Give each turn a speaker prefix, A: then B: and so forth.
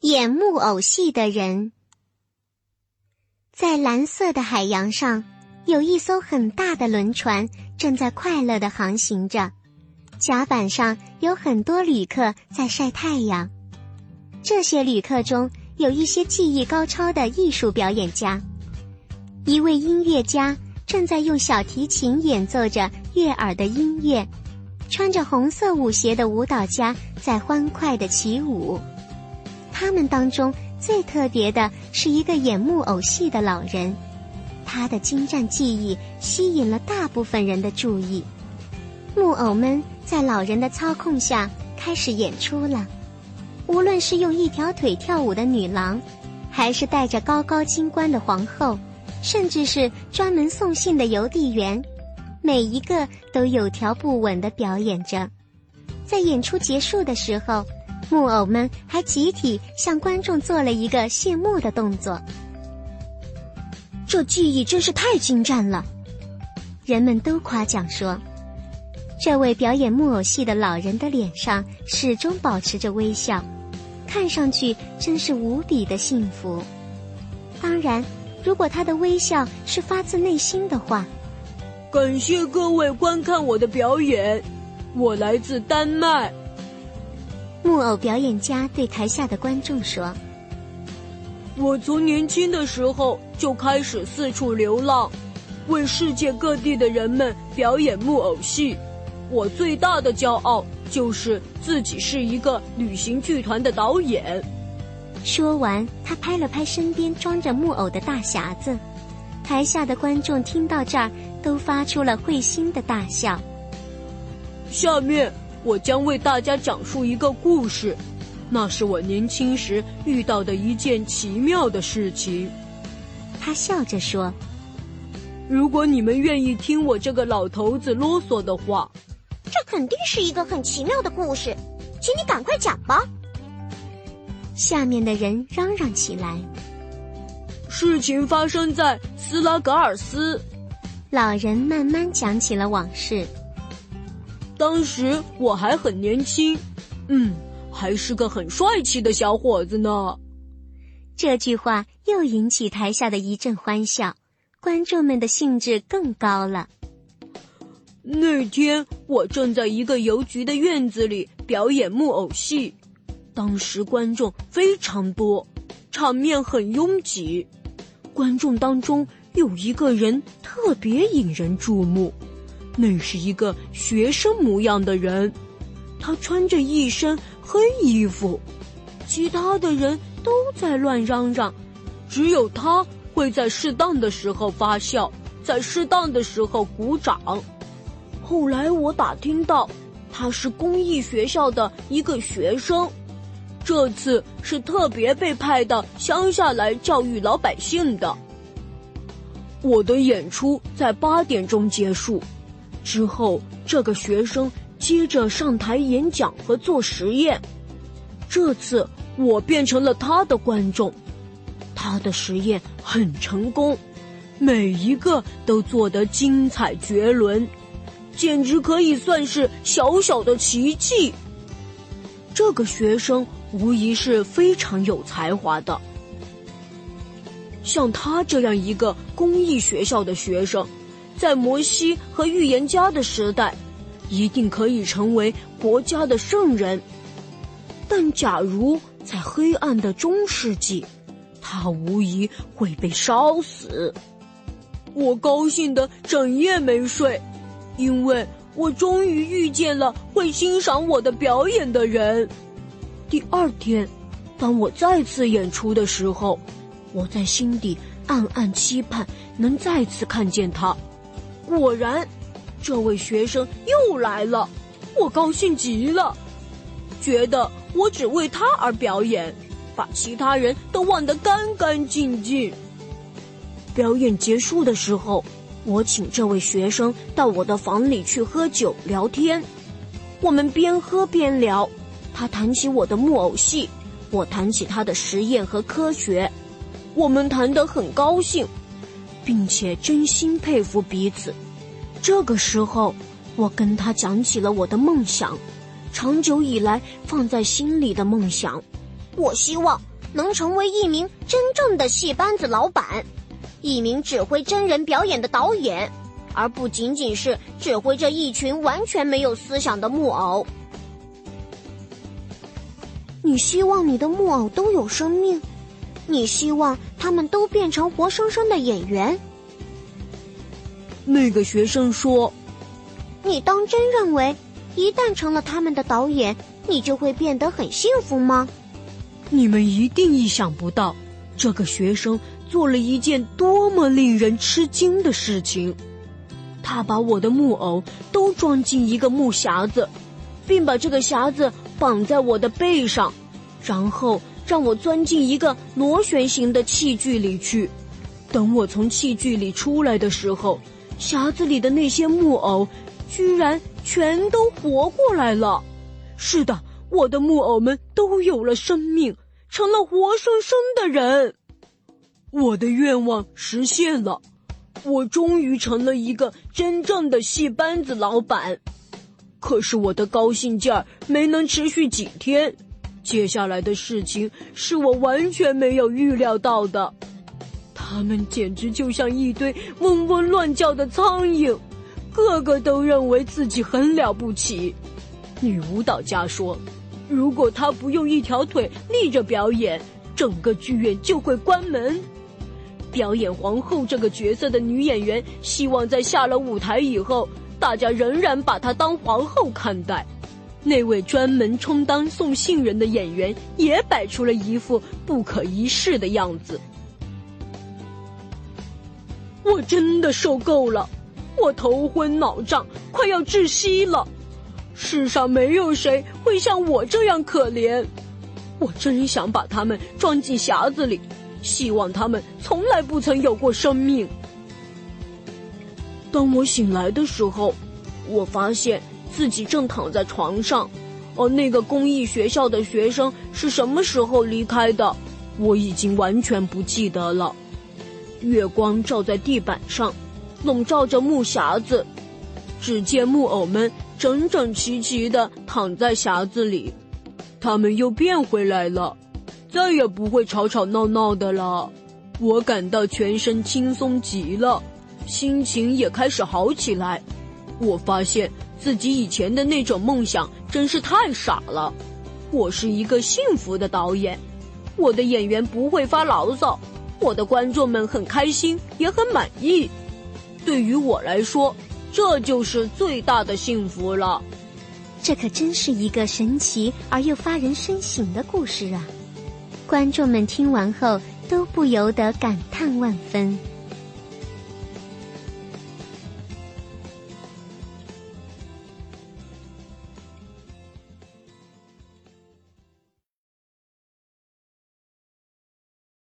A: 演木偶戏的人。在蓝色的海洋上，有一艘很大的轮船正在快乐地航行着，甲板上有很多旅客在晒太阳。这些旅客中有一些技艺高超的艺术表演家，一位音乐家正在用小提琴演奏着悦耳的音乐，穿着红色舞鞋的舞蹈家在欢快地起舞。他们当中最特别的是一个演木偶戏的老人，他的精湛技艺吸引了大部分人的注意。木偶们在老人的操控下开始演出了，无论是用一条腿跳舞的女郎，还是戴着高高金冠的皇后，甚至是专门送信的邮递员，每一个都有条不紊地表演着。在演出结束的时候，木偶们还集体向观众做了一个谢幕的动作。这技艺真是太精湛了，人们都夸奖说。这位表演木偶戏的老人的脸上始终保持着微笑，看上去真是无比的幸福。当然，如果他的微笑是发自内心的话。
B: 感谢各位观看我的表演，我来自丹麦。
A: 木偶表演家对台下的观众说，
B: 我从年轻的时候就开始四处流浪，为世界各地的人们表演木偶戏。我最大的骄傲就是自己是一个旅行剧团的导演。
A: 说完，他拍了拍身边装着木偶的大匣子。台下的观众听到这儿都发出了会心的大笑。
B: 下面我将为大家讲述一个故事，那是我年轻时遇到的一件奇妙的事情。
A: 他笑着说，
B: 如果你们愿意听我这个老头子啰嗦的话。
C: 这肯定是一个很奇妙的故事，请你赶快讲吧。
A: 下面的人嚷嚷起来。
B: 事情发生在斯拉格尔斯。
A: 老人慢慢讲起了往事。
B: 当时我还很年轻，还是个很帅气的小伙子呢。
A: 这句话又引起台下的一阵欢笑，观众们的兴致更高了。
B: 那天我正在一个邮局的院子里表演木偶戏，当时观众非常多，场面很拥挤。观众当中有一个人特别引人注目，那是一个学生模样的人，他穿着一身黑衣服，其他的人都在乱嚷嚷，只有他会在适当的时候发笑，在适当的时候鼓掌。后来我打听到，他是公益学校的一个学生，这次是特别被派到乡下来教育老百姓的。我的演出在8点钟结束，之后这个学生接着上台演讲和做实验。这次我变成了他的观众，他的实验很成功，每一个都做得精彩绝伦，简直可以算是小小的奇迹。这个学生无疑是非常有才华的。像他这样一个公益学校的学生，在摩西和预言家的时代，一定可以成为国家的圣人。但假如在黑暗的中世纪，他无疑会被烧死。我高兴得整夜没睡，因为我终于遇见了会欣赏我的表演的人。第2天，当我再次演出的时候，我在心底暗暗期盼能再次看见他。果然，这位学生又来了，我高兴极了，觉得我只为他而表演，把其他人都忘得干干净净。表演结束的时候，我请这位学生到我的房里去喝酒聊天。我们边喝边聊，他谈起我的木偶戏，我谈起他的实验和科学。我们谈得很高兴，并且真心佩服彼此。这个时候，我跟他讲起了我的梦想，长久以来放在心里的梦想。
C: 我希望能成为一名真正的戏班子老板，一名指挥真人表演的导演，而不仅仅是指挥着一群完全没有思想的木偶。
A: 你希望你的木偶都有生命？你希望他们都变成活生生的演员？
B: 那个学生说，
A: 你当真认为一旦成了他们的导演，你就会变得很幸福吗？
B: 你们一定意想不到，这个学生做了一件多么令人吃惊的事情。他把我的木偶都装进一个木匣子，并把这个匣子绑在我的背上，然后让我钻进一个螺旋形的器具里去。等我从器具里出来的时候，匣子里的那些木偶居然全都活过来了。是的，我的木偶们都有了生命，成了活生生的人。我的愿望实现了，我终于成了一个真正的戏班子老板。可是我的高兴劲儿没能持续几天，接下来的事情是我完全没有预料到的。他们简直就像一堆嗡嗡乱叫的苍蝇，个个都认为自己很了不起。女舞蹈家说，如果她不用一条腿立着表演，整个剧院就会关门。表演皇后这个角色的女演员希望在下了舞台以后，大家仍然把她当皇后看待。那位专门充当送信人的演员也摆出了一副不可一世的样子。我真的受够了，我头昏脑胀，快要窒息了。世上没有谁会像我这样可怜，我真想把他们装进匣子里，希望他们从来不曾有过生命。当我醒来的时候，我发现自己正躺在床上，而那个公益学校的学生是什么时候离开的，我已经完全不记得了。月光照在地板上，笼罩着木匣子，只见木偶们整整齐齐地躺在匣子里，他们又变回来了，再也不会吵吵闹闹的了。我感到全身轻松极了，心情也开始好起来。我发现自己以前的那种梦想真是太傻了。我是一个幸福的导演，我的演员不会发牢骚，我的观众们很开心，也很满意。对于我来说，这就是最大的幸福了。
A: 这可真是一个神奇而又发人深省的故事啊！观众们听完后都不由得感叹万分。